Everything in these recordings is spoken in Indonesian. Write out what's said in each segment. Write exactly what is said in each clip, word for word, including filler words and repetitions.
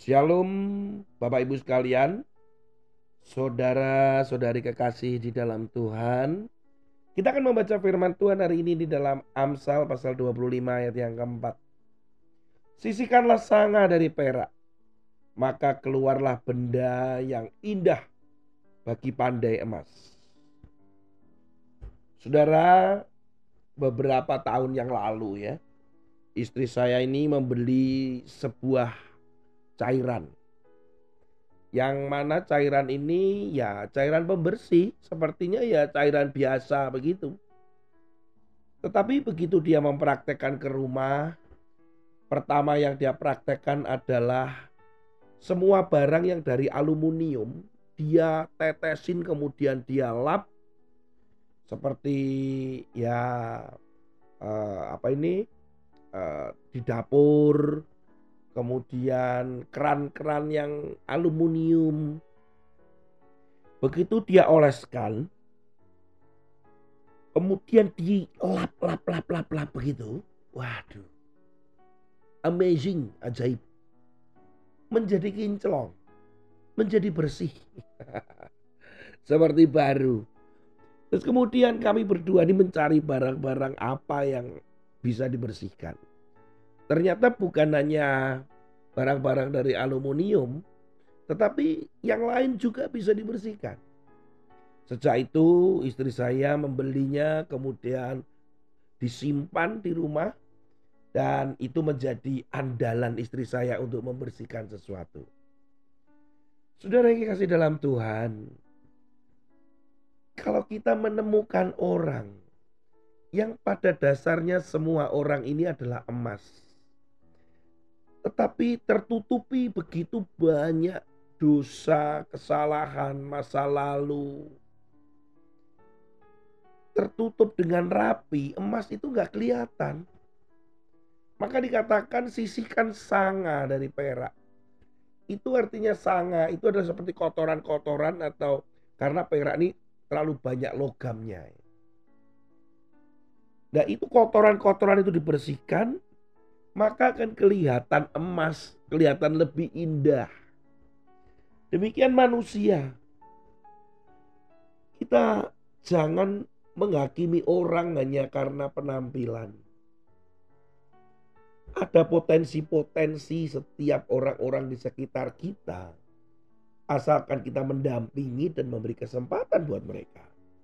Shalom Bapak Ibu sekalian, saudara-saudari kekasih di dalam Tuhan. Kita akan membaca firman Tuhan hari ini di dalam Amsal pasal dua puluh lima ayat yang keempat. Sisihkanlah sanga dari perak, maka keluarlah benda yang indah bagi pandai emas. Saudara, beberapa tahun yang lalu ya, istri saya ini membeli sebuah cairan. Yang mana cairan ini ya cairan pembersih, sepertinya ya cairan biasa begitu. Tetapi begitu dia mempraktekkan ke rumah, pertama yang dia praktekkan adalah semua barang yang dari aluminium dia tetesin kemudian dia lap seperti ya eh, apa ini eh, di dapur, kemudian keran-keran yang aluminium. Begitu dia oleskan, kemudian dilap lap lap lap lap begitu. Waduh. Amazing, ajaib. Menjadi kinclong, menjadi bersih. Seperti baru. Terus kemudian kami berdua ini mencari barang-barang apa yang bisa dibersihkan. Ternyata bukan hanya barang-barang dari aluminium, tetapi yang lain juga bisa dibersihkan. Sejak itu istri saya membelinya, kemudian disimpan di rumah, dan itu menjadi andalan istri saya untuk membersihkan sesuatu. Saudara yang kasih dalam Tuhan, kalau kita menemukan orang yang pada dasarnya semua orang ini adalah emas, tetapi tertutupi begitu banyak dosa, kesalahan, masa lalu, tertutup dengan rapi, emas itu nggak kelihatan. Maka dikatakan sisihkan sanga dari perak. Itu artinya sanga itu adalah seperti kotoran-kotoran, atau karena perak ini terlalu banyak logamnya. Nah itu kotoran-kotoran itu dibersihkan, maka akan kelihatan emas, kelihatan lebih indah. Demikian manusia. Kita jangan menghakimi orang hanya karena penampilan. Ada potensi-potensi setiap orang-orang di sekitar kita, asalkan kita mendampingi dan memberi kesempatan buat mereka.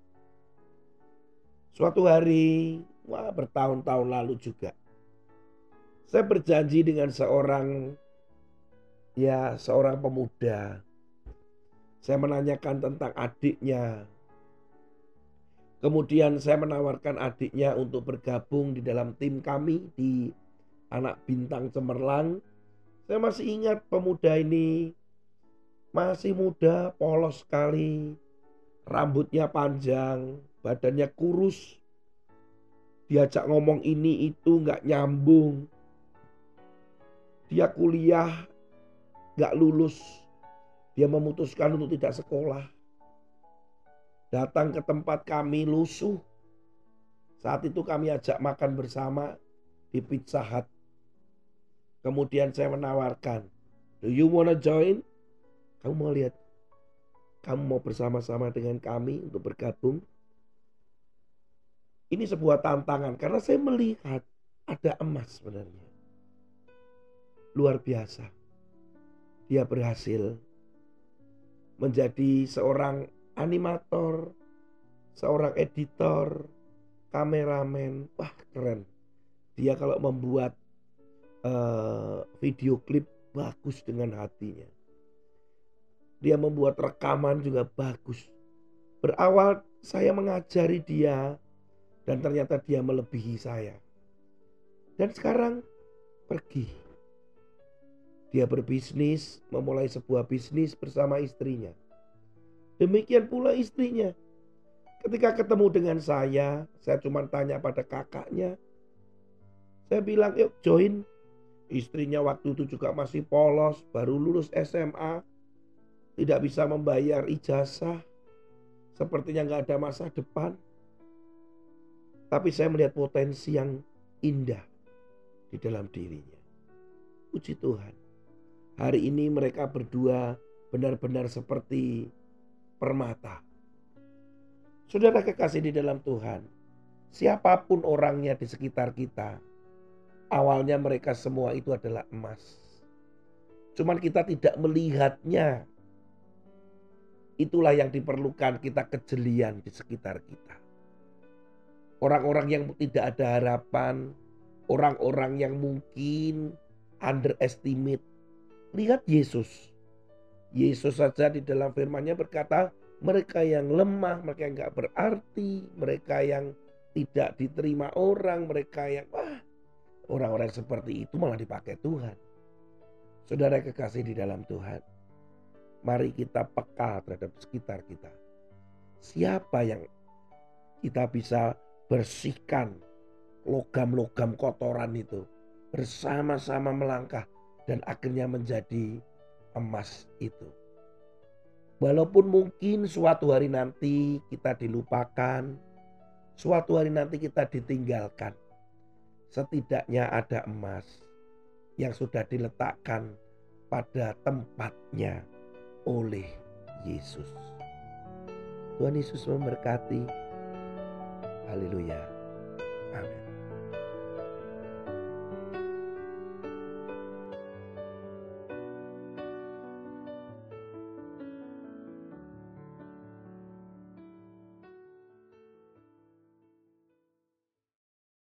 Suatu hari, wah bertahun-tahun lalu juga, saya berjanji dengan seorang, ya seorang pemuda. Saya menanyakan tentang adiknya. Kemudian saya menawarkan adiknya untuk bergabung di dalam tim kami di Anak Bintang Cemerlang. Saya masih ingat pemuda ini masih muda, polos sekali, rambutnya panjang, badannya kurus. Diajak ngomong ini itu nggak nyambung. Dia kuliah nggak lulus. Dia memutuskan untuk tidak sekolah. Datang ke tempat kami lusuh. Saat itu kami ajak makan bersama di Pizza Hut. Kemudian saya menawarkan, do you wanna join? Kamu mau lihat? Kamu mau bersama-sama dengan kami untuk bergabung? Ini sebuah tantangan karena saya melihat ada emas sebenarnya. Luar biasa. Dia berhasil menjadi seorang animator, seorang editor, kameramen. Wah keren. Dia kalau membuat uh, video klip bagus dengan hatinya. Dia membuat rekaman juga bagus. Berawal saya mengajari dia, dan ternyata dia melebihi saya. Dan sekarang pergi. Dia berbisnis, memulai sebuah bisnis bersama istrinya. Demikian pula istrinya. Ketika ketemu dengan saya, saya cuma tanya pada kakaknya. Saya bilang, yuk join. Istrinya waktu itu juga masih polos, baru lulus S M A. Tidak bisa membayar ijazah. Sepertinya gak ada masa depan. Tapi saya melihat potensi yang indah di dalam dirinya. Puji Tuhan. Hari ini mereka berdua benar-benar seperti permata. Saudara kekasih di dalam Tuhan, siapapun orangnya di sekitar kita, awalnya mereka semua itu adalah emas. Cuman kita tidak melihatnya. Itulah yang diperlukan, kita kejelian di sekitar kita. Orang-orang yang tidak ada harapan, orang-orang yang mungkin underestimate. Lihat Yesus. Yesus saja di dalam firman-Nya berkata, mereka yang lemah, mereka yang gak berarti, mereka yang tidak diterima orang, mereka yang wah, orang-orang seperti itu malah dipakai Tuhan. Saudara kekasih di dalam Tuhan, mari kita peka terhadap sekitar kita. Siapa yang kita bisa bersihkan logam-logam kotoran itu, bersama-sama melangkah dan akhirnya menjadi emas itu. Walaupun mungkin suatu hari nanti kita dilupakan, suatu hari nanti kita ditinggalkan, setidaknya ada emas yang sudah diletakkan pada tempatnya oleh Yesus. Tuhan Yesus memberkati. Haleluya. Amin.